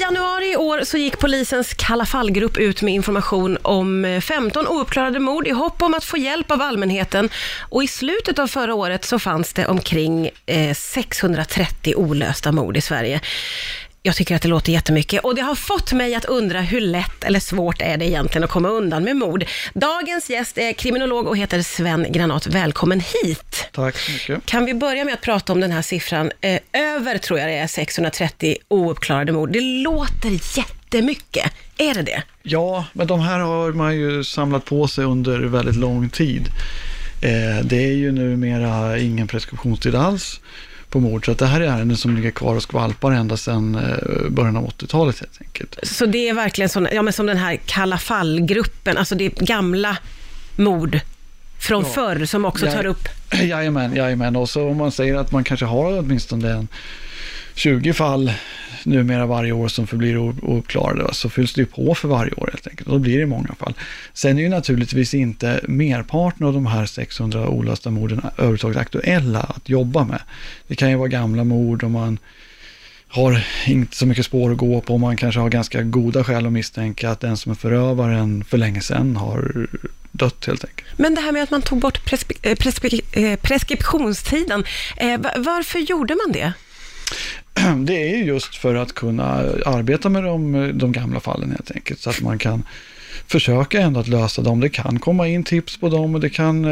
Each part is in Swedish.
januari i år så gick polisens Kalla fallgrupp ut med information om 15 ouppklarade mord i hopp om att få hjälp av allmänheten. Och i slutet av förra året så fanns det omkring 630 olösta mord i Sverige. Jag tycker att det låter jättemycket och det har fått mig att undra hur lätt eller svårt är det egentligen att komma undan med mord. Dagens gäst är kriminolog och heter Sven Granat. Välkommen hit. Tack så mycket. Kan vi börja med att prata om den här siffran? Över tror jag det är 630 ouppklarade mord. Det låter jättemycket. Är det det? Ja, men de här har man ju samlat på sig under väldigt lång tid. Det är ju numera ingen preskriptionstid alls på mord, så att det här är ärenden som ligger kvar och skvalpar ända sedan början av 80-talet helt enkelt. Så det är verkligen som den här Kalla fallgruppen, alltså det är gamla mord från förr som också tar upp... Jajamän, och så om man säger att man kanske har åtminstone 20 fall numera varje år som förblir ouppklarade, så fylls det ju på för varje år helt enkelt. Och då blir det i många fall. Sen är ju naturligtvis inte merparten av de här 600 olösta morden överhuvudtaget aktuella att jobba med. Det kan ju vara gamla mord och man har inte så mycket spår att gå på. Man kanske har ganska goda skäl att misstänka att den som är förövaren för länge sedan har dött helt enkelt. Men det här med att man tog bort preskriptionstiden, varför gjorde man det? Det är ju just för att kunna arbeta med de gamla fallen helt enkelt, så att man kan försöka ändå att lösa dem. Det kan komma in tips på dem och det kan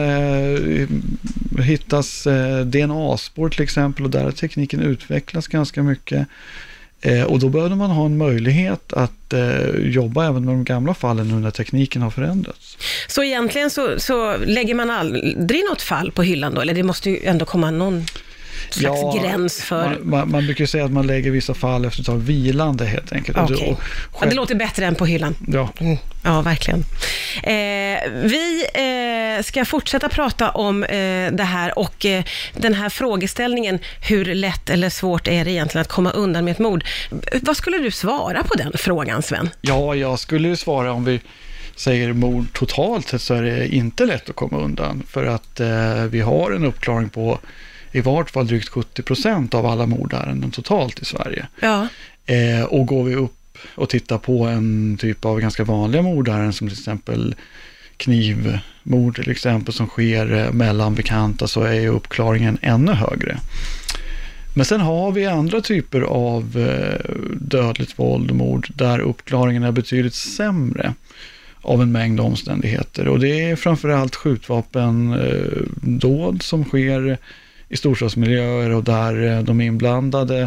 hittas DNA-spår till exempel, och där har tekniken utvecklats ganska mycket. Och då behöver man ha en möjlighet att jobba även med de gamla fallen nu när tekniken har förändrats. Så egentligen så lägger man aldrig något fall på hyllan då? Eller det måste ju ändå komma någon slags gräns för... Man brukar säga att man lägger vissa fall efter ett tag vilande helt enkelt. Okay. Det låter bättre än på hyllan. Ja, ja verkligen. Vi ska fortsätta prata om det här och den här frågeställningen, hur lätt eller svårt är det egentligen att komma undan med ett mord? Vad skulle du svara på den frågan, Sven? Ja, jag skulle svara, om vi säger mord totalt sett, så är det inte lätt att komma undan, för att vi har en uppklaring på i vart fall drygt 70% av alla mordärenden totalt i Sverige. Ja. Och går vi upp och tittar på en typ av ganska vanliga mordärenden som till exempel knivmord till exempel som sker mellan bekanta, så är ju uppklaringen ännu högre. Men sen har vi andra typer av dödligt våld och mord där uppklaringen är betydligt sämre av en mängd omständigheter. Och det är framförallt skjutvapendåd som sker i storstadsmiljöer och där de inblandade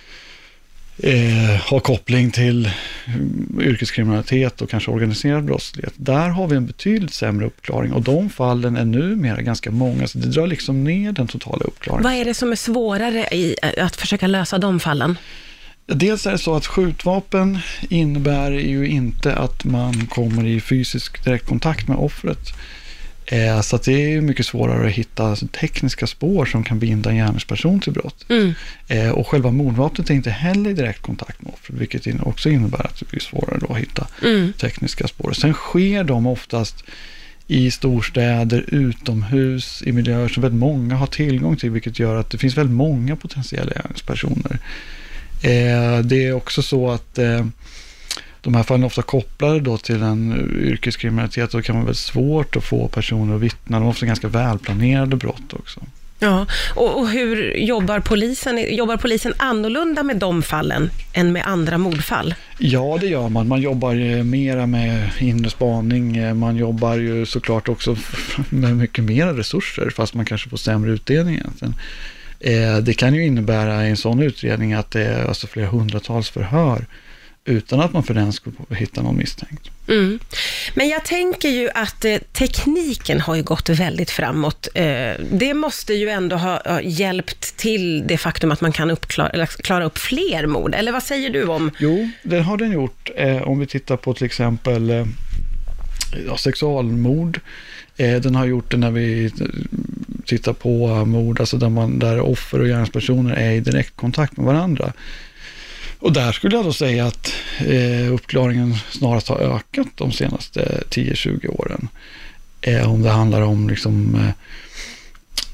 har koppling till yrkeskriminalitet och kanske organiserad brottslighet. Där har vi en betydligt sämre uppklaring, och de fallen är numera ganska många, så det drar liksom ner den totala uppklaringen. Vad är det som är svårare i att försöka lösa de fallen? Dels är det så att skjutvapen innebär ju inte att man kommer i fysisk direktkontakt med offret. Så att det är mycket svårare att hitta tekniska spår som kan binda en gärningsperson till brott. Och själva mordvapnet är inte heller i direkt kontakt med offret, vilket också innebär att det blir svårare då att hitta tekniska spår. Sen sker de oftast i storstäder, utomhus, i miljöer som väldigt många har tillgång till, vilket gör att det finns väldigt många potentiella gärningspersoner. Det är också så att de här fallen ofta kopplade då till en yrkeskriminalitet, och det kan vara väldigt svårt att få personer att vittna. De är ofta ganska välplanerade brott också. Ja, och hur jobbar polisen? Jobbar polisen annorlunda med de fallen än med andra mordfall? Ja, det gör man. Man jobbar mera med inre spaning. Man jobbar ju såklart också med mycket mer resurser, fast man kanske får sämre utdelning egentligen. Det kan ju innebära i en sån utredning att det är alltså flera hundratals förhör utan att man för den skulle hitta någon misstänkt. Men jag tänker ju att tekniken har ju gått väldigt framåt. Det måste ju ändå ha hjälpt till det faktum att man kan klara upp fler mord. Eller vad säger du om? Jo, det har den gjort. Om vi tittar på till exempel sexualmord. Den har gjort det när vi tittar på mord, alltså där offer och gärningspersoner är i direktkontakt med varandra. Och där skulle jag då säga att uppklaringen snarast har ökat de senaste 10-20 åren. Om det handlar om liksom,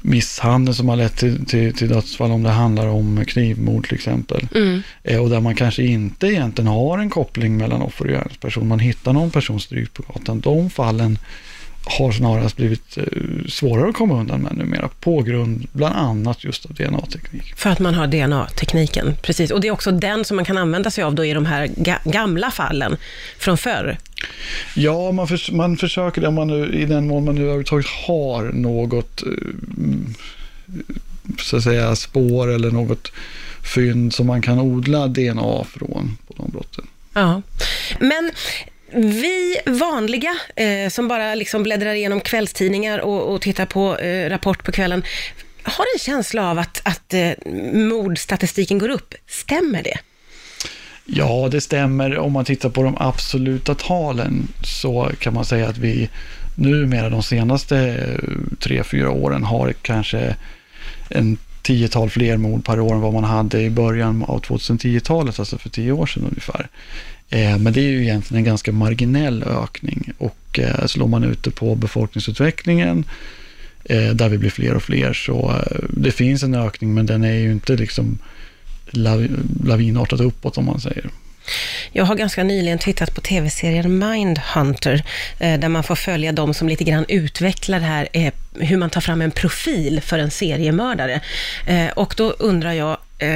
misshandel som har lett till dödsfall, om det handlar om knivmord till exempel. Och där man kanske inte egentligen har en koppling mellan offer och gärningsperson. Man hittar någon person strykt på gatan. De fallen har snarast blivit svårare att komma undan med numera på grund bland annat just av DNA-teknik. För att man har DNA-tekniken, precis. Och det är också den som man kan använda sig av då i de här gamla fallen från förr. Ja, man försöker det i den mån man nu överhuvudtaget har något så att säga spår eller något fynd som man kan odla DNA från på de brotten. Ja, men vi vanliga som bara liksom bläddrar igenom kvällstidningar och tittar på Rapport på kvällen har en känsla av att mordstatistiken går upp. Stämmer det? Ja, det stämmer. Om man tittar på de absoluta talen så kan man säga att vi numera de senaste 3-4 åren har kanske en 10-tal fler mord per år än vad man hade i början av 2010-talet, alltså för 10 år sedan ungefär. Men det är ju egentligen en ganska marginell ökning, och slår man ut det på befolkningsutvecklingen där vi blir fler och fler, så det finns en ökning, men den är ju inte liksom lavinartat uppåt om man säger. Jag har ganska nyligen tittat på tv-serien Mindhunter där man får följa dem som lite grann utvecklar det här hur man tar fram en profil för en seriemördare. Och då undrar jag,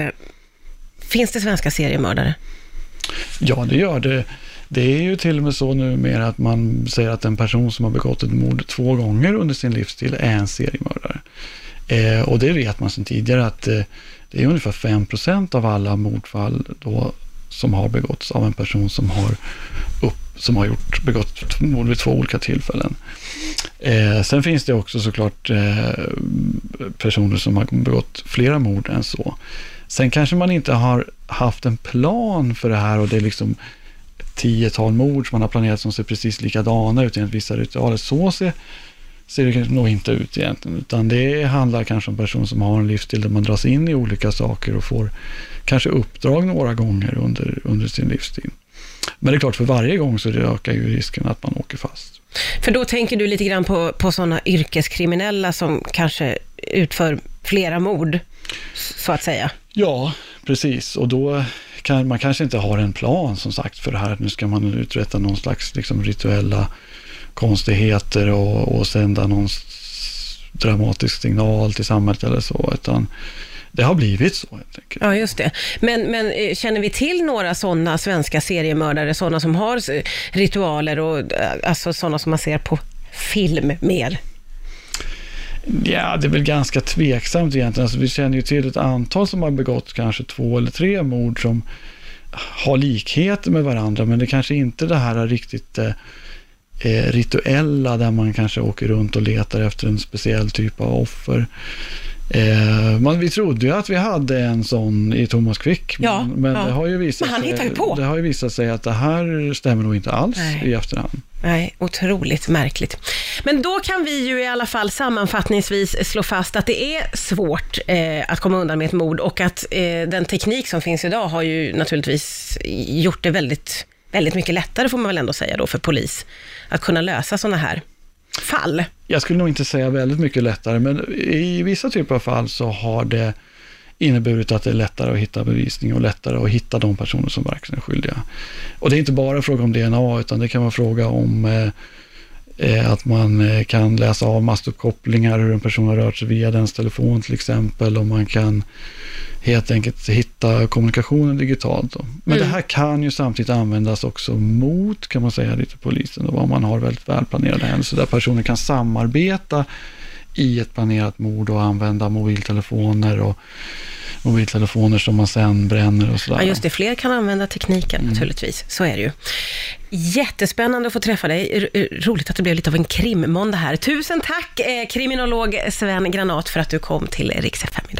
finns det svenska seriemördare? Ja, det gör det. Det är ju till och med så numera att man säger att en person som har begått ett mord 2 gånger under sin livsstil är en seriemördare. Och det vet man sedan tidigare att det är ungefär 5% av alla mordfall då som har begåtts av en person som har begått mord vid 2 olika tillfällen. Sen finns det också såklart personer som har begått flera mord än så. Sen kanske man inte har haft en plan för det här, och det är liksom 10-tal mord som man har planerat som ser precis likadana ut enligt vissa ritualer. Så ser det nog inte ut egentligen, utan det handlar kanske om personer som har en livsstil där man dras in i olika saker och får kanske uppdrag några gånger under sin livsstil. Men det är klart, för varje gång så ökar ju risken att man åker fast. För då tänker du lite grann på sådana yrkeskriminella som kanske utför flera mord, så att säga. Ja, precis. Och då kan man kanske inte ha en plan som sagt för det här. Nu ska man uträtta någon slags liksom rituella konstigheter och sända någon dramatisk signal till samhället eller så, utan det har blivit så helt enkelt. Ja, just det. Men känner vi till några sådana svenska seriemördare, sådana som har ritualer och alltså sådana som man ser på film mer? Ja, det är väl ganska tveksamt egentligen. Alltså, vi känner ju till ett antal som har begått kanske 2 eller 3 mord som har likheter med varandra, men det kanske inte det här är riktigt rituella där man kanske åker runt och letar efter en speciell typ av offer. Vi trodde ju att vi hade en sån i Thomas Quick, men det har ju visat han hittar ju på. Det har ju visat sig att det här stämmer nog inte alls i efterhand. Nej, otroligt märkligt. Men då kan vi ju i alla fall sammanfattningsvis slå fast att det är svårt att komma undan med ett mord, och att den teknik som finns idag har ju naturligtvis gjort det väldigt, väldigt mycket lättare, får man väl ändå säga då, för polis att kunna lösa sådana här fall. Jag skulle nog inte säga väldigt mycket lättare, men i vissa typer av fall så har det inneburit att det är lättare att hitta bevisning och lättare att hitta de personer som verkligen är skyldiga. Och det är inte bara fråga om DNA, utan det kan vara fråga om att man kan läsa av massuppkopplingar, hur en person har rört sig via dens telefon till exempel, och man kan helt enkelt hitta kommunikationen digitalt då. Men det här kan ju samtidigt användas också mot, kan man säga, lite polisen, och man har väldigt välplanerade händelser där personer kan samarbeta i ett planerat mord och använda mobiltelefoner som man sen bränner och sådär. Ja, just det. Fler kan använda tekniken naturligtvis. Så är det ju. Jättespännande att få träffa dig. Roligt att det blev lite av en krimmåndag här. Tusen tack, kriminolog Sven Granat, för att du kom till Rix FM idag.